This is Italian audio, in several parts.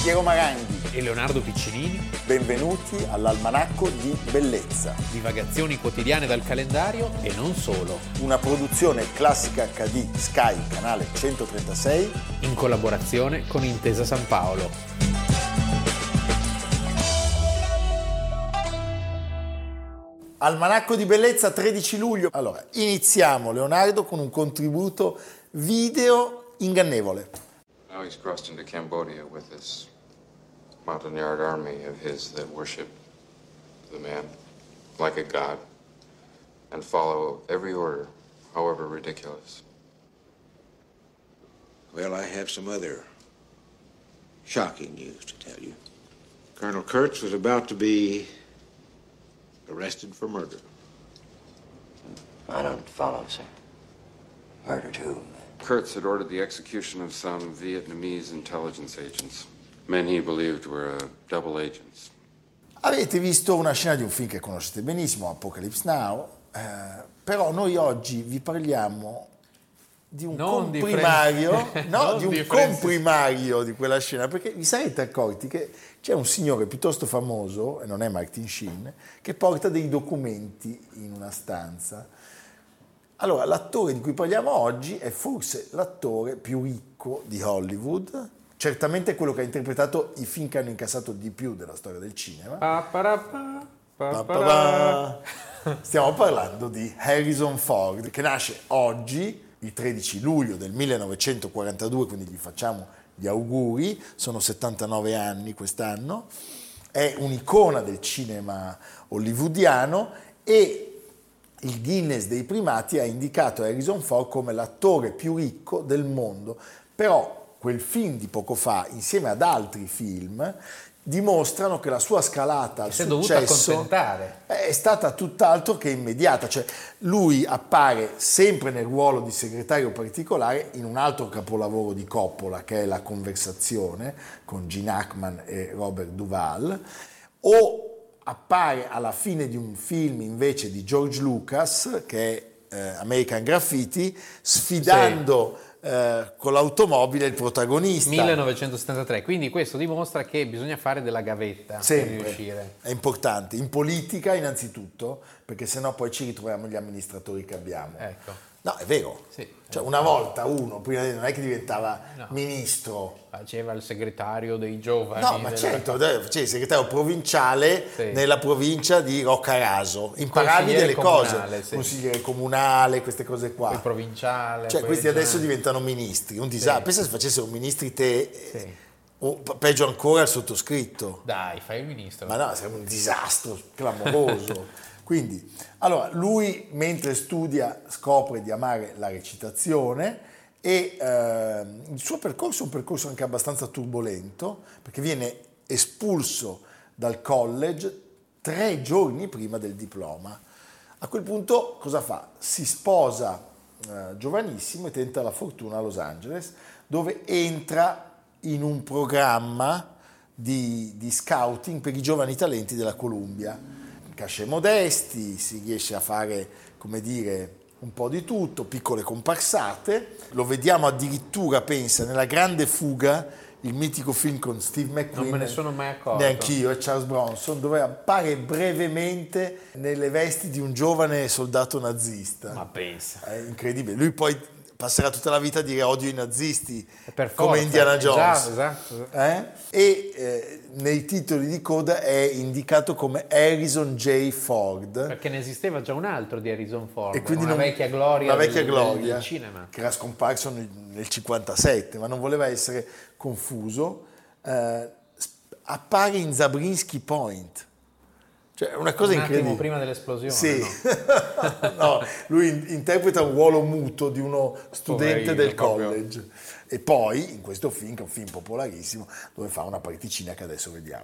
Piero Maranghi e Leonardo Piccinini. Benvenuti all'Almanacco di Bellezza. Divagazioni quotidiane dal calendario e non solo. Una produzione Classica HD Sky, canale 136. In collaborazione con Intesa San Paolo. Almanacco di Bellezza, 13 luglio. Allora, iniziamo, Leonardo, con un contributo video ingannevole. Now he's crossed into Cambodia with this Montagnard army of his that worship the man like a god and follow every order, however ridiculous. Well, I have some other shocking news to tell you. Colonel Kurtz was about to be arrested for murder. I don't follow, sir. Murder who? Kurtz had ordered the execution of some Vietnamese intelligence agents, men he believed were double agents. Avete visto una scena di un film che conoscete benissimo, Apocalypse Now, però noi oggi vi parliamo di un comprimario, comprimario di quella scena, perché vi sarete accorti che c'è un signore piuttosto famoso, e non è Martin Sheen, che porta dei documenti in una stanza. Allora, l'attore di cui parliamo oggi è forse l'attore più ricco di Hollywood, certamente quello che ha interpretato i film che hanno incassato di più della storia del cinema. Stiamo parlando di Harrison Ford, che nasce oggi, il 13 luglio del 1942, quindi gli facciamo gli auguri, sono 79 anni quest'anno, è un'icona del cinema hollywoodiano e il Guinness dei primati ha indicato Harrison Ford come l'attore più ricco del mondo, però quel film di poco fa, insieme ad altri film, dimostrano che la sua scalata al successo è stata tutt'altro che immediata. Cioè, lui appare sempre nel ruolo di segretario particolare in un altro capolavoro di Coppola, che è La conversazione, con Gene Hackman e Robert Duvall, o appare alla fine di un film invece di George Lucas, che è American Graffiti, sfidando con l'automobile il protagonista. 1973, quindi questo dimostra che bisogna fare della gavetta sempre per riuscire. È importante, in politica innanzitutto, perché sennò poi ci ritroviamo gli amministratori che abbiamo. Ecco. No, è vero. Sì. Cioè, una volta uno, prima non è che diventava ministro. Faceva il segretario dei giovani. No, ma certo, faceva il segretario provinciale nella provincia di Roccaraso. Imparavi delle cose. Sì. Consigliere comunale, queste cose qua. Il provinciale. Cioè, questi adesso diventano ministri. Un disastro. Pensa se facessero ministri te, o peggio ancora il sottoscritto. Dai, fai il ministro. Ma no, sarebbe un disastro clamoroso. Quindi, allora, lui mentre studia scopre di amare la recitazione e il suo percorso è un percorso anche abbastanza turbolento, perché viene espulso dal college 3 giorni prima del diploma. A quel punto cosa fa? Si sposa giovanissimo e tenta la fortuna a Los Angeles, dove entra in un programma di scouting per i giovani talenti della Columbia. Casce modesti, si riesce a fare, come dire, un po' di tutto, piccole comparsate. Lo vediamo addirittura, pensa, nella Grande Fuga, il mitico film con Steve McQueen. Non me ne sono mai accorto. Neanch'io, e Charles Bronson, dove appare brevemente nelle vesti di un giovane soldato nazista. Ma pensa. È incredibile. Lui poi passerà tutta la vita a dire odio i nazisti, per come forza, Indiana Jones. Esatto. Nei titoli di coda è indicato come Harrison J. Ford. Perché ne esisteva già un altro di Harrison Ford, e quindi una vecchia gloria del cinema. Che era scomparso nel 57, ma non voleva essere confuso. Appare in Zabriskie Point. Cioè, una cosa incredibile. Un attimo prima dell'esplosione. Sì. No? No, lui interpreta un ruolo muto di uno studente del college. E poi, in questo film, che è un film popolarissimo, dove fa una particina che adesso vediamo.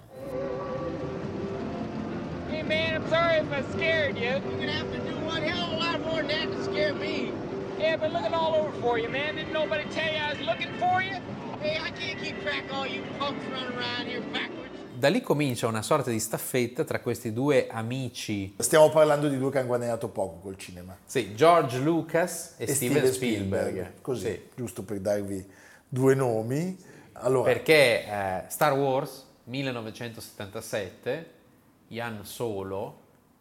Hey man, I'm sorry if I scared you. You're gonna have to do one hell of a lot more than that to scare me. Yeah, but looking all over for you, man. Didn't nobody tell you I was looking for you? Hey, I can't keep track of all you punks running around here backwards. Da lì comincia una sorta di staffetta tra questi due amici. Stiamo parlando di due che hanno guadagnato poco col cinema. Sì, George Lucas e Steven Spielberg. Così, sì. Giusto per darvi due nomi. allora. Perché Star Wars 1977, Ian Solo,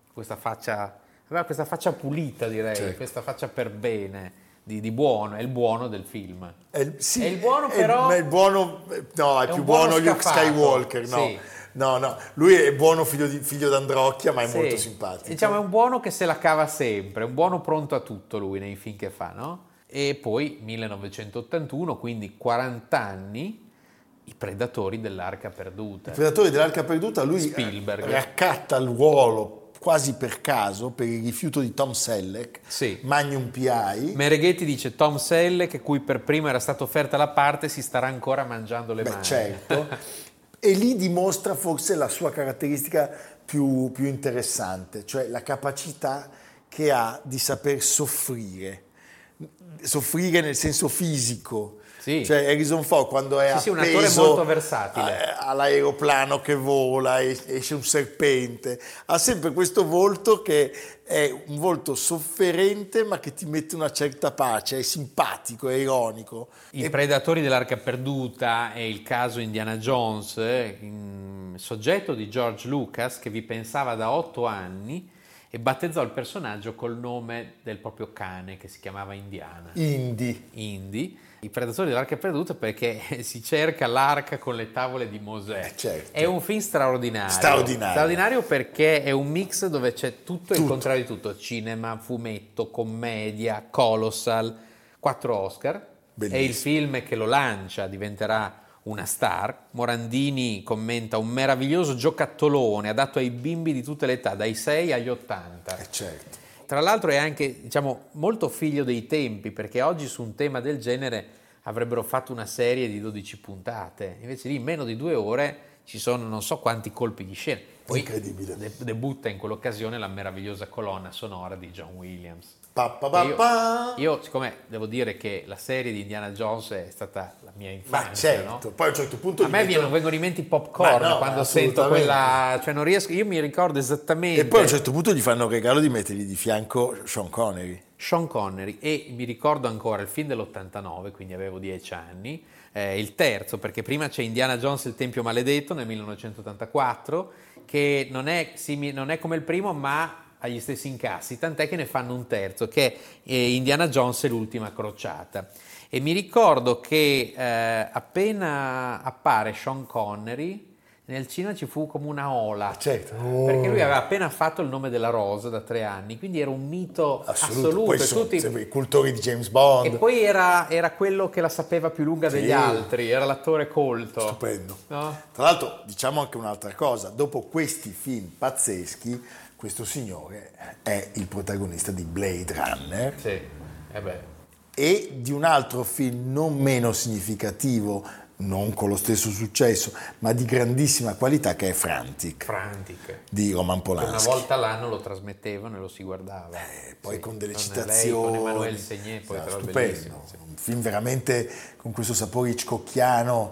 aveva questa faccia pulita, direi, Certo. questa faccia per bene, di buono, è il buono del film. Sì, è il buono, però... È il buono, no, è è più un buono buono Luke scaffato, Skywalker, no. sì. No, lui è buono figlio d'Androcchia, ma è Sì, molto simpatico. diciamo è un buono che se la cava sempre, un buono pronto a tutto lui nei film che fa, no? E poi 1981, quindi 40 anni, I Predatori dell'Arca Perduta. I Predatori dell'Arca Perduta, lui Spielberg. raccatta il ruolo quasi per caso, per il rifiuto di Tom Selleck, Sì. Magnum PI. Mereghetti dice Tom Selleck, cui per primo era stata offerta la parte, si starà ancora mangiando le mani. Certo. E lì dimostra forse la sua caratteristica più interessante, cioè la capacità che ha di saper soffrire nel senso fisico. Sì. Cioè Harrison Ford quando è Sì, un attore appeso molto versatile. all'aeroplano che vola, esce un serpente, ha sempre questo volto che è un volto sofferente ma che ti mette una certa pace, è simpatico, è ironico. I Predatori dell'Arca Perduta è il caso Indiana Jones, soggetto di George Lucas che vi pensava da 8 anni e battezzò il personaggio col nome del proprio cane che si chiamava Indiana. Indy. I Predatori dell'Arca Perduta perché si cerca l'arca con le tavole di Mosè. Certo. È un film straordinario. Straordinario perché è un mix dove c'è tutto e il contrario di tutto. Cinema, fumetto, commedia, colossal, 4 Oscar. Bellissimo. È il film che lo lancia, diventerà una star. Morandini commenta un meraviglioso giocattolone adatto ai bimbi di tutte le età, dai 6 agli 80. Certo. Tra l'altro è anche, diciamo, molto figlio dei tempi, perché oggi su un tema del genere avrebbero fatto una serie di 12 puntate. Invece lì in meno di 2 ore ci sono non so quanti colpi di scena. Poi incredibile. Debutta in quell'occasione la meravigliosa colonna sonora di John Williams. Io, siccome devo dire che la serie di Indiana Jones è stata la mia infanzia, Ma certo, no? poi a un certo punto A me vengono in mente i popcorn quando sento quella, cioè non riesco, io mi ricordo esattamente. E poi a un certo punto gli fanno il regalo di mettergli di fianco Sean Connery. E mi ricordo ancora il film dell'89, quindi avevo 10 anni, il terzo, perché prima c'è Indiana Jones e il Tempio Maledetto nel 1984, che non è come il primo, ma ha gli stessi incassi, tant'è che ne fanno un terzo, che è Indiana Jones e l'ultima crociata. E mi ricordo che appena appare Sean Connery, nel cinema ci fu come una ola, certo. Perché lui aveva appena fatto Il nome della rosa da 3 anni, quindi era un mito assoluto. Poi sono i cultori di James Bond. E poi era quello che la sapeva più lunga degli altri, era l'attore colto. Stupendo. No? Tra l'altro diciamo anche un'altra cosa, dopo questi film pazzeschi, questo signore è il protagonista di Blade Runner. Sì, e di un altro film non meno significativo, non con lo stesso successo, ma di grandissima qualità, che è Frantic di Roman Polanski. Una volta all'anno lo trasmettevano e lo si guardava. Poi con delle con citazioni. Lei, con Emmanuel Segné, poi stupendo. Un film veramente con questo sapore hitchcockiano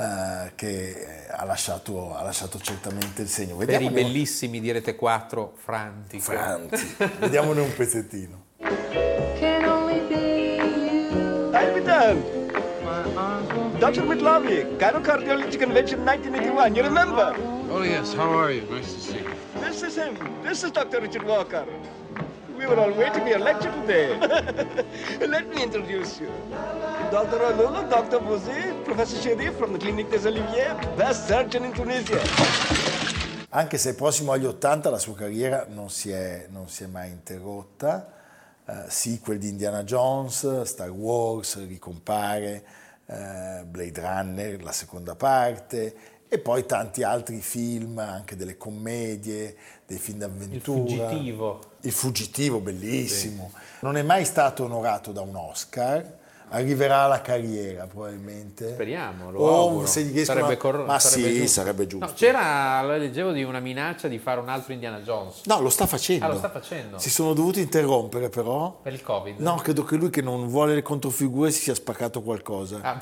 che ha lasciato certamente il segno. Per i bellissimi di Rete 4, Frantic. Vediamone un pezzettino. Can only be you. I'll be done. Dr. Mitlovic, Cairo Cardiology Convention 1981, you remember? Oh, yes. How are you? Nice to see you. This is him. This is Dr. Richard Walker. We were all waiting for your lecture today. Let me introduce you. Dr. Alula, Dr. Bouzy, Professor Sherif from the Clinique des Oliviers, best surgeon in Tunisia. Anche se prossimo agli 80 la sua carriera non si è mai interrotta. Sequel di Indiana Jones, Star Wars, ricompare, Blade Runner, la seconda parte, e poi tanti altri film, anche delle commedie, dei film d'avventura. Il Fuggitivo, bellissimo. Sì. Non è mai stato onorato da un Oscar. Arriverà alla carriera probabilmente. Speriamo, lo auguro. Se gli sarebbe giusto. Sarebbe giusto. No, leggevo di una minaccia di fare un altro Indiana Jones. No, lo sta facendo. Lo sta facendo. Si sono dovuti interrompere però. Per il Covid? No, credo che lui, che non vuole le controfigure, si sia spaccato qualcosa.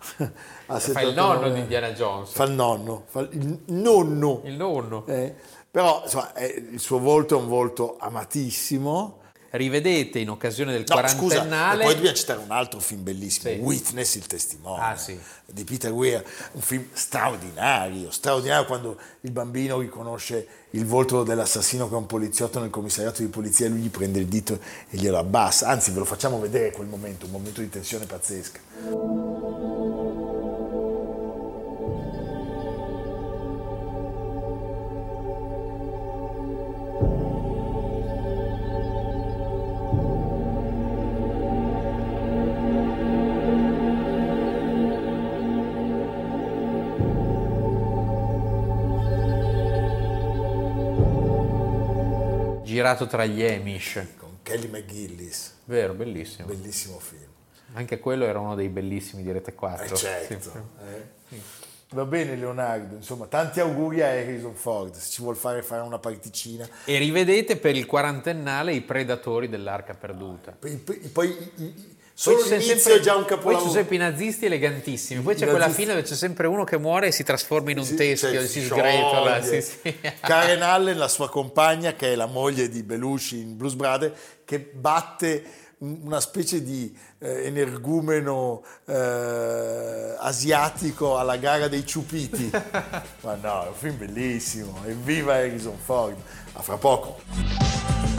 Fa il nonno di Indiana Jones. Fa il nonno. Il nonno. Il nonno. Però insomma, il suo volto è un volto amatissimo. rivedete in occasione del No, scusa, e quarantennale. poi dobbiamo citare un altro film bellissimo, Sì. Witness, il testimone, Ah, sì. di Peter Weir, un film straordinario, quando il bambino riconosce il volto dell'assassino che è un poliziotto nel commissariato di polizia e lui gli prende il dito e glielo abbassa, anzi ve lo facciamo vedere quel momento, un momento di tensione pazzesca. Girato tra gli Amish. Con Kelly McGillis, Vero, bellissimo. bellissimo film. Anche quello era uno dei bellissimi di Rete 4. Certo. Sì. Va bene Leonardo, insomma, tanti auguri a Harrison Ford, se ci vuol fare una particina. E rivedete per il quarantennale I Predatori dell'Arca Perduta. Solo Poi c'è l'inizio sempre- è già un Poi ci capolavoro. sono sempre i nazisti elegantissimi, poi c'è I quella nazisti- fine dove c'è sempre uno che muore e si trasforma in un Sì, teschio, cioè, si scioglie. sgretola. Sì. Karen Allen, la sua compagna, che è la moglie di Belushi in Blues Brothers, che batte una specie di energumeno asiatico alla gara dei ciupiti. Ma no, è un film bellissimo. Evviva Harrison Ford. A fra poco.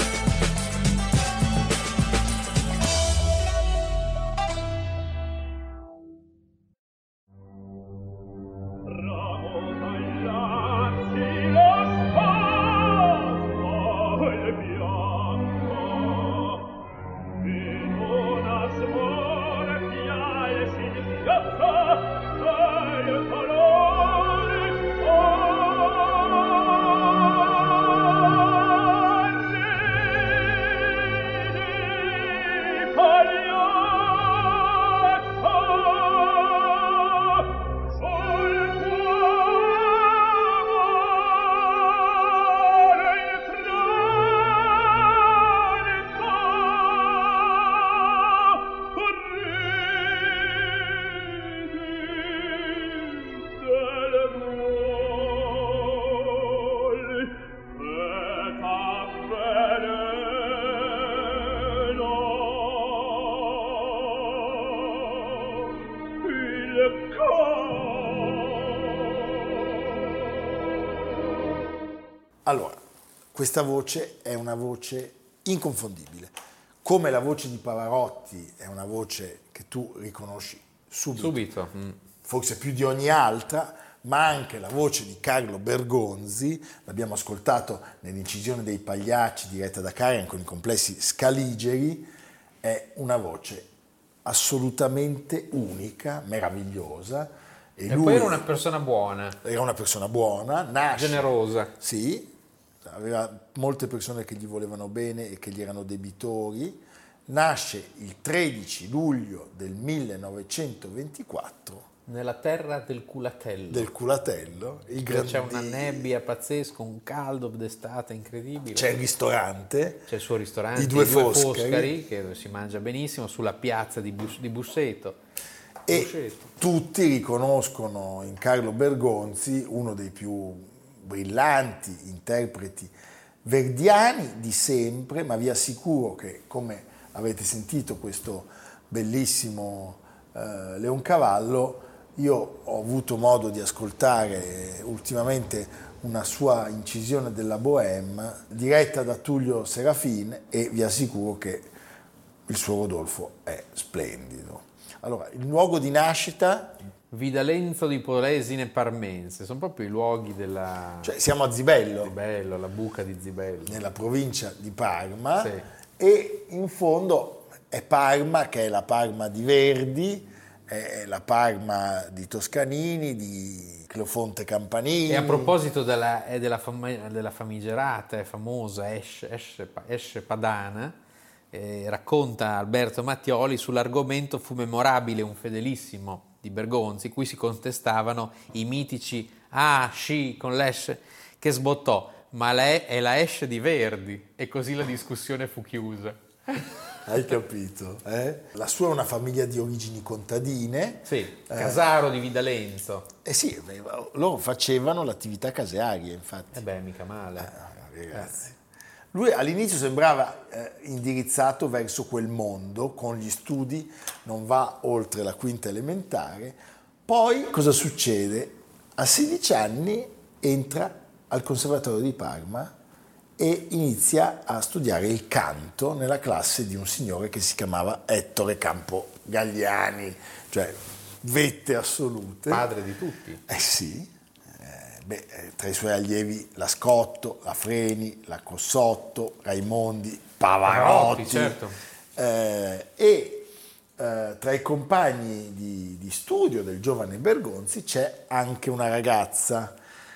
Allora, questa voce è una voce inconfondibile. Come la voce di Pavarotti è una voce che tu riconosci subito. Forse più di ogni altra, ma anche la voce di Carlo Bergonzi, l'abbiamo ascoltato nell'incisione dei Pagliacci diretta da Karen con i complessi Scaligeri, è una voce assolutamente unica, meravigliosa. E poi era una persona buona. Era una persona buona, nasce, generosa. Sì, aveva molte persone che gli volevano bene e che gli erano debitori. Nasce il 13 luglio del 1924. Nella terra del Culatello. Del Culatello. C'è una nebbia pazzesca, un caldo d'estate incredibile. C'è il ristorante. C'è il suo ristorante, I Due Foscari, che si mangia benissimo, sulla piazza di Busseto. E tutti riconoscono in Carlo Bergonzi uno dei più brillanti interpreti verdiani di sempre, ma vi assicuro che, come avete sentito questo bellissimo Leoncavallo, io ho avuto modo di ascoltare ultimamente una sua incisione della Bohème diretta da Tullio Serafin e vi assicuro che il suo Rodolfo è splendido. Allora, il luogo di nascita... Vidalenzo di Polesine Parmense, sono proprio i luoghi della... Cioè, siamo a Zibello. Zibello, la buca di Zibello. Nella provincia di Parma. Sì. E in fondo è Parma, che è la Parma di Verdi, è la Parma di Toscanini, di Cleofonte Campanini. E a proposito della famigerata e famosa Esce Padana, racconta Alberto Mattioli, sull'argomento fu memorabile un fedelissimo di Bergonzi, cui si contestavano i mitici sci con l'esce, che sbottò, ma lei è la esce di Verdi, e così la discussione fu chiusa. Hai capito? La sua è una famiglia di origini contadine. Sì, casaro di Vidalenzo. Sì, loro facevano l'attività casearia, infatti. Mica male. Ragazzi. Lui all'inizio sembrava indirizzato verso quel mondo, con gli studi non va oltre la quinta elementare. Poi cosa succede? A 16 anni entra al Conservatorio di Parma e inizia a studiare il canto nella classe di un signore che si chiamava Ettore Campogalliani, cioè vette assolute. Padre di tutti. Sì. Tra i suoi allievi la Scotto, la Freni, la Cossotto, Raimondi, Pavarotti. Certo. Tra i compagni di studio del giovane Bergonzi c'è anche una ragazza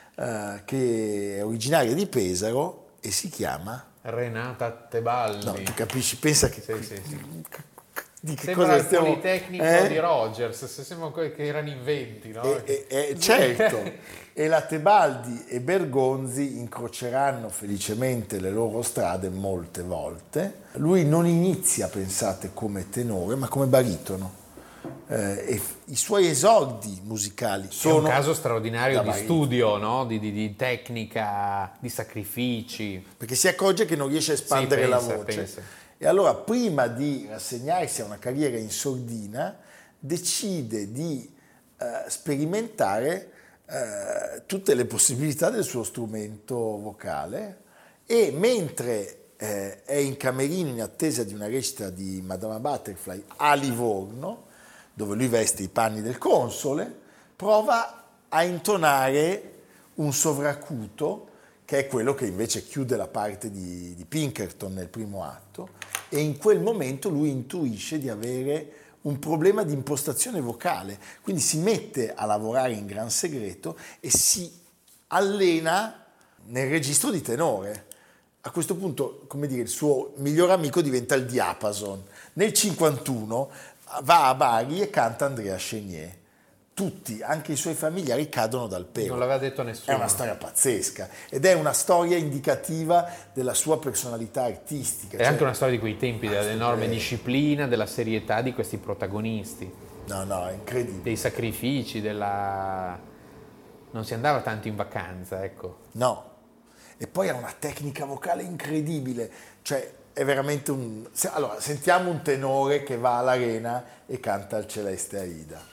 che è originaria di Pesaro e si chiama Renata Tebaldi. No, tu capisci, pensa che Sì. di che Sembra cosa il stiamo Politecnico di Rogers, se sembra che erano in 20, no? Certo. E la Tebaldi e Bergonzi incroceranno felicemente le loro strade molte volte. Lui non inizia, pensate, come tenore, ma come baritono. E i suoi esordi musicali sono... È un caso straordinario da di baritono. studio, no? Di tecnica, di sacrifici. Perché si accorge che non riesce a espandere la voce. Pensa. E allora, prima di rassegnarsi a una carriera in sordina, decide di sperimentare tutte le possibilità del suo strumento vocale e mentre è in camerino in attesa di una recita di Madama Butterfly a Livorno, dove lui veste i panni del console, prova a intonare un sovracuto che è quello che invece chiude la parte di Pinkerton nel primo atto, e in quel momento lui intuisce di avere un problema di impostazione vocale, quindi si mette a lavorare in gran segreto e si allena nel registro di tenore. A questo punto, come dire, il suo miglior amico diventa il diapason. Nel 51 va a Bari e canta Andrea Chenier. Tutti, anche i suoi familiari, cadono dal pero. Non l'aveva detto nessuno. È una storia pazzesca ed è una storia indicativa della sua personalità artistica. È anche una storia di quei tempi, dell'enorme disciplina, della serietà di questi protagonisti. No, è incredibile. Dei sacrifici, non si andava tanto in vacanza, ecco. No, e poi ha una tecnica vocale incredibile, cioè è veramente Allora, sentiamo un tenore che va all'Arena e canta il Celeste Aida.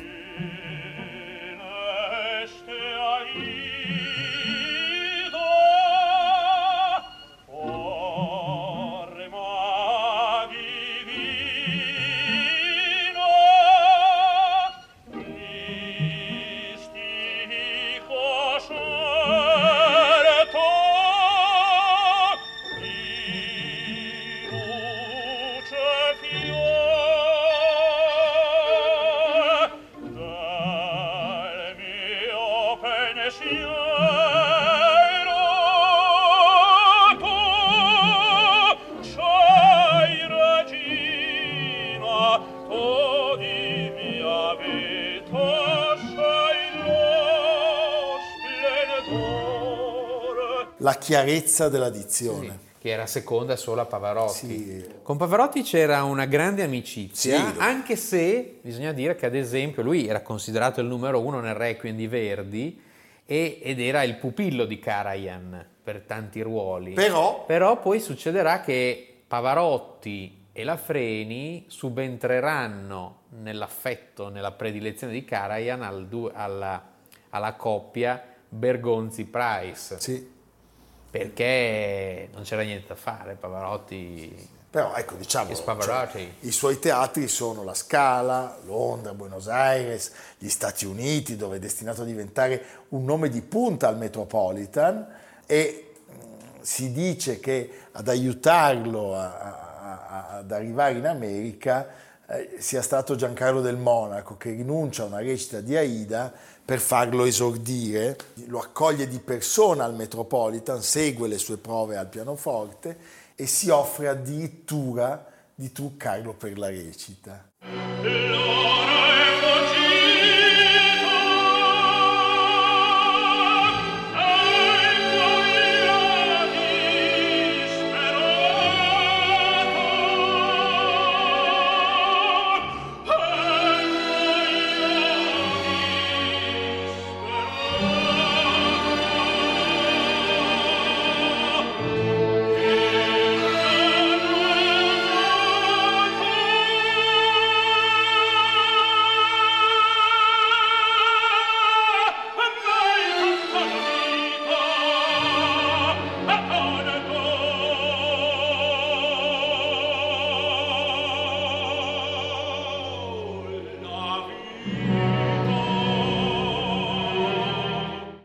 La chiarezza della dizione. Sì, che era seconda solo a Pavarotti. Sì. Con Pavarotti c'era una grande amicizia, Sì. anche se bisogna dire che ad esempio lui era considerato il numero uno nel Requiem di Verdi ed era il pupillo di Karajan per tanti ruoli. Però poi succederà che Pavarotti e la Freni subentreranno nell'affetto, nella predilezione di Karajan alla coppia Bergonzi-Price. Sì. Perché non c'era niente da fare, Pavarotti. Però ecco, diciamo, Pavarotti. i suoi teatri sono la Scala, Londra, Buenos Aires, gli Stati Uniti, dove è destinato a diventare un nome di punta al Metropolitan, e si dice che ad aiutarlo ad arrivare in America sia stato Giancarlo del Monaco, che rinuncia a una recita di Aida per farlo esordire, lo accoglie di persona al Metropolitan, segue le sue prove al pianoforte e si offre addirittura di truccarlo per la recita.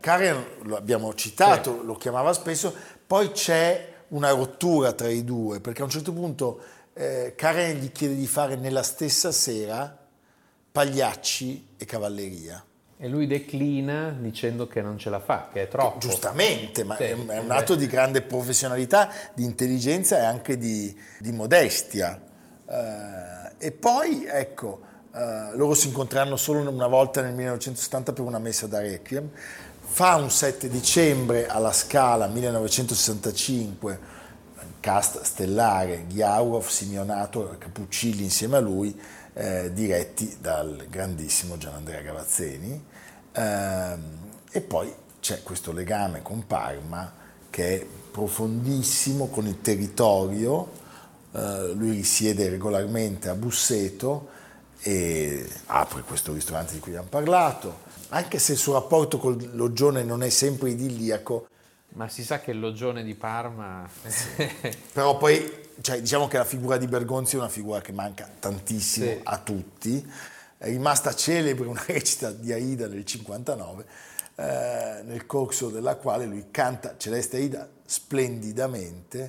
Karajan lo abbiamo citato, lo chiamava spesso, poi c'è una rottura tra i due, perché a un certo punto Karajan gli chiede di fare nella stessa sera Pagliacci e Cavalleria. E lui declina dicendo che non ce la fa, che è troppo. Giustamente, ma Sì, è un atto di grande professionalità, di intelligenza e anche di modestia. E poi, ecco, loro si incontreranno solo una volta nel 1970 per una messa da Requiem. Fa un 7 dicembre alla Scala 1965, cast stellare, Ghiaurov, Simeonato, Capuccilli insieme a lui, diretti dal grandissimo Gianandrea Gavazzeni, e poi c'è questo legame con Parma che è profondissimo con il territorio. Lui risiede regolarmente a Busseto e apre questo ristorante di cui abbiamo parlato, anche se il suo rapporto con il Loggione non è sempre idilliaco. Ma si sa che il Loggione di Parma... Però poi, cioè, diciamo che la figura di Bergonzi è una figura che manca tantissimo, sì, a tutti. È rimasta celebre una recita di Aida nel 59, nel corso della quale lui canta Celeste Aida splendidamente,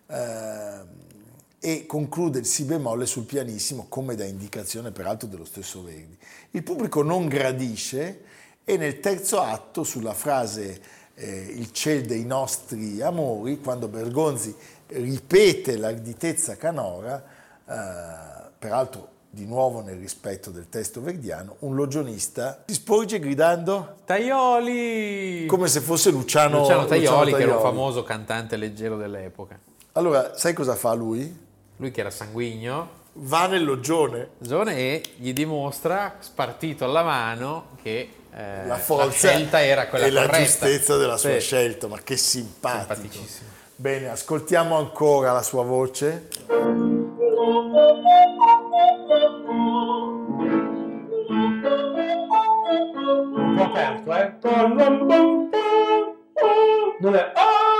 e conclude il si bemolle sul pianissimo, come da indicazione peraltro dello stesso Verdi. Il pubblico non gradisce e nel terzo atto, sulla frase il ciel dei nostri amori, quando Bergonzi ripete l'arditezza canora, peraltro di nuovo nel rispetto del testo verdiano, un logionista si sporge gridando Tajoli! Come se fosse Luciano Tajoli, che era un famoso cantante leggero dell'epoca. Allora, sai cosa fa lui? Lui che era sanguigno va nel loggione e gli dimostra, spartito alla mano, che la forza la scelta era quella e corretta. La giustezza della sua scelta, ma che simpatico. Simpaticissimo. Bene, ascoltiamo ancora la sua voce. Un po' aperto, non è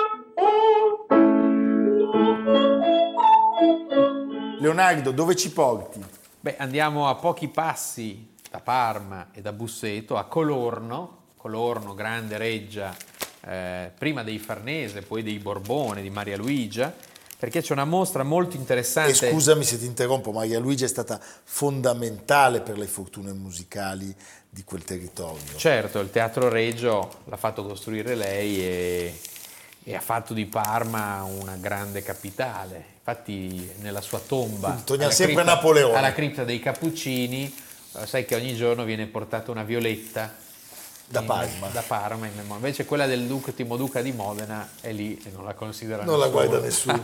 Leonardo, dove ci porti? Beh, andiamo a pochi passi da Parma e da Busseto a Colorno, grande reggia, prima dei Farnese, poi dei Borbone, di Maria Luigia, perché c'è una mostra molto interessante. E scusami se ti interrompo, Maria Luigia è stata fondamentale per le fortune musicali di quel territorio. Certo, il Teatro Regio l'ha fatto costruire lei e ha fatto di Parma una grande capitale. Infatti nella sua tomba, Napoleone, alla cripta dei Cappuccini, sai che ogni giorno viene portata una violetta da Parma in memoria. Invece quella dell'ultimo duca di Modena è lì e non la considera nessuno. Non la guarda nessuno.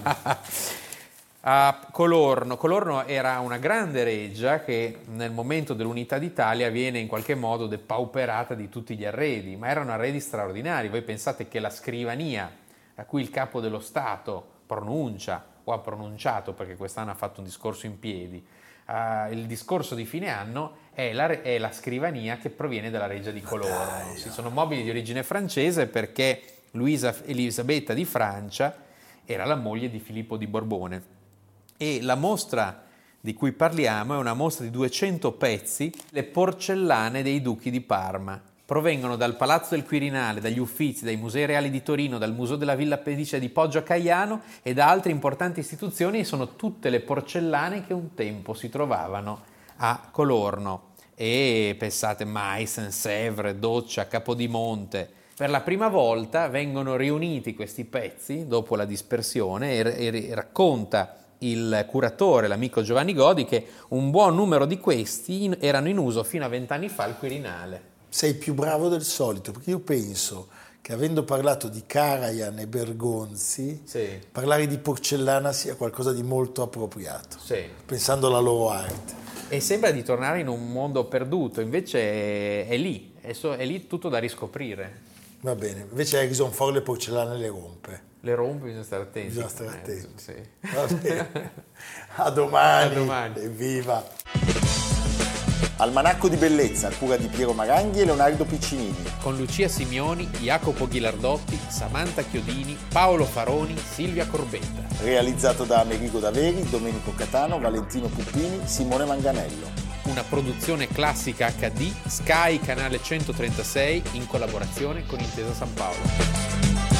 A Colorno era una grande reggia che nel momento dell'unità d'Italia viene in qualche modo depauperata di tutti gli arredi, ma erano arredi straordinari. Voi pensate che la scrivania a cui il capo dello Stato pronuncia o ha pronunciato, perché quest'anno ha fatto un discorso in piedi, il discorso di fine anno è la scrivania che proviene dalla reggia di Colorno. Sono mobili di origine francese perché Luisa Elisabetta di Francia era la moglie di Filippo di Borbone. E la mostra di cui parliamo è una mostra di 200 pezzi, le porcellane dei duchi di Parma. Provengono dal Palazzo del Quirinale, dagli Uffizi, dai Musei Reali di Torino, dal Museo della Villa Medicea di Poggio a Caiano e da altre importanti istituzioni, e sono tutte le porcellane che un tempo si trovavano a Colorno. E pensate, Meissen, Sèvres, Doccia, Capodimonte. Per la prima volta vengono riuniti questi pezzi dopo la dispersione e racconta il curatore, l'amico Giovanni Godi, che un buon numero di questi erano in uso fino a 20 anni fa al Quirinale. Sei più bravo del solito, perché io penso che avendo parlato di Karajan e Bergonzi, sì, parlare di porcellana sia qualcosa di molto appropriato, sì, pensando alla loro arte. E sembra di tornare in un mondo perduto, invece è lì tutto da riscoprire. Va bene, invece Harrison Ford le porcellane le rompe. Le rompe, bisogna stare attenti. Bisogna stare attenti. Sì. Va bene. A domani. A domani. Evviva. Almanacco di bellezza, a cura di Piero Maranghi e Leonardo Piccinini. Con Lucia Simioni, Jacopo Ghilardotti, Samantha Chiodini, Paolo Faroni, Silvia Corbetta. Realizzato da Amerigo Daveri, Domenico Catano, Valentino Puppini, Simone Manganello. Una produzione classica HD, Sky Canale 136, in collaborazione con Intesa San Paolo.